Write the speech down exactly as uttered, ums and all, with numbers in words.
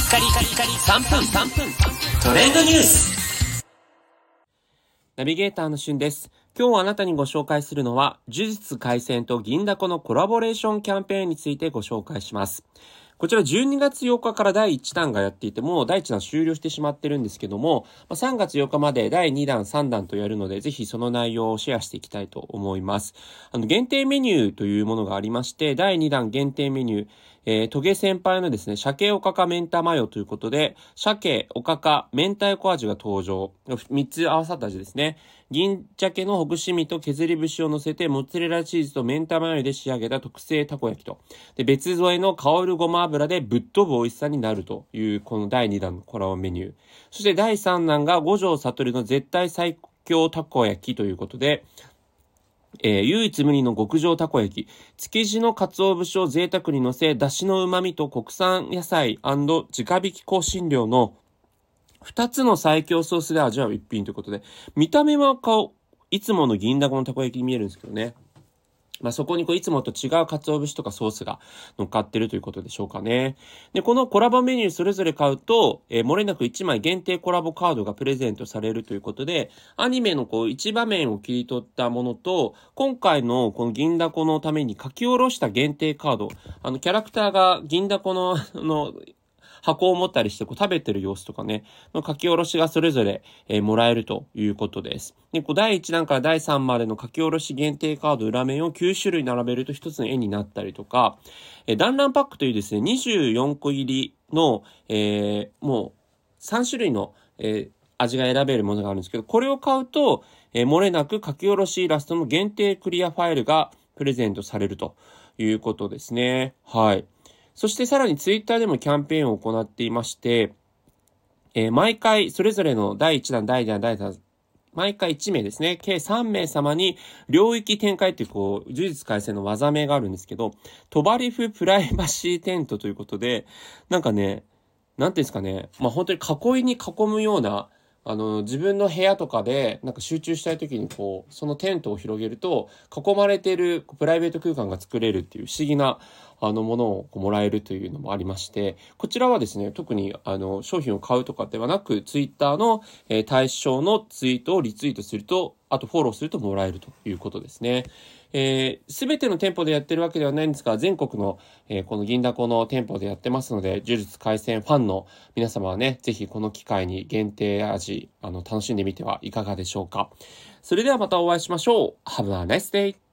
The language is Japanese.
カリカリカリさんぷんさんぷんトレンドニュース。ナビゲーターのしゅんです。今日あなたにご紹介するのは呪術廻戦と銀だこのコラボレーションキャンペーンについてご紹介します。こちらじゅうにがつようかからだいいちだんがやっていてもうだいいちだん終了してしまってるんですけども、さんがつようかまでだいにだんさんだんとやるのでぜひその内容をシェアしていきたいと思います。あの限定メニューというものがありまして、だいにだん限定メニュー、えー、トゲ先輩のですね、鮭おかか明太マヨということで、鮭、おかか、明太子味が登場。みっつ合わさった味ですね。銀鮭のほぐし身と削り節を乗せて、モッツァレラチーズと明太マヨで仕上げた特製たこ焼きと。で、別添えの香るごま油でぶっ飛ぶ美味しさになるという、このだいにだんのコラボメニュー。そしてだいさんだんが五条悟の絶対最強たこ焼きということで、えー、唯一無二の極上たこ焼き、築地の鰹節を贅沢に乗せ、出汁の旨味と国産野菜&直引き香辛料の二つの最強ソースで味わう一品ということで、見た目は顔、いつもの銀だこのたこ焼きに見えるんですけどね。まあ、そこにこういつもと違う鰹節とかソースが乗っかってるということでしょうかね。で、このコラボメニューそれぞれ買うと、えー、漏れなくいちまい限定コラボカードがプレゼントされるということで、アニメのこう一場面を切り取ったものと、今回のこの銀だこのために書き下ろした限定カード、あのキャラクターが銀だこの、あの、箱を持ったりしてこう食べてる様子とかね、の書き下ろしがそれぞれ、えー、もらえるということです。で、こうだいいちだんからだいさんまでの書き下ろし限定カード裏面をきゅうしゅるい並べると一つの絵になったりとか、えー、団らんパックというですね、にじゅうよんこ入りの、えー、もうさんしゅるいの、えー、味が選べるものがあるんですけど、これを買うと、えー、漏れなく書き下ろしイラストの限定クリアファイルがプレゼントされるということですね。はい。そしてさらにツイッターでもキャンペーンを行っていまして、えー、毎回それぞれのだいいちだん、だいにだん、だいさんだん、毎回いちめいですね、計さんめいさまに領域展開っていうこう、呪術廻戦の技名があるんですけど、トバリフプライバシーテントということで、なんかね、なんていうんですかね、まあ本当に囲いに囲むような、あの、自分の部屋とかで、なんか集中したい時にこう、そのテントを広げると、囲まれているプライベート空間が作れるっていう不思議な、あの、ものをこうもらえるというのもありまして、こちらはですね、特に、あの、商品を買うとかではなく、ツイッターの、えー、対象のツイートをリツイートすると、あとフォローするともらえるということですね。えー、すべての店舗でやってるわけではないんですが、全国の、えー、この銀だこの店舗でやってますので、呪術廻戦ファンの皆様はね、ぜひこの機会に限定味、あの、楽しんでみてはいかがでしょうか。それではまたお会いしましょう。Have a nice day!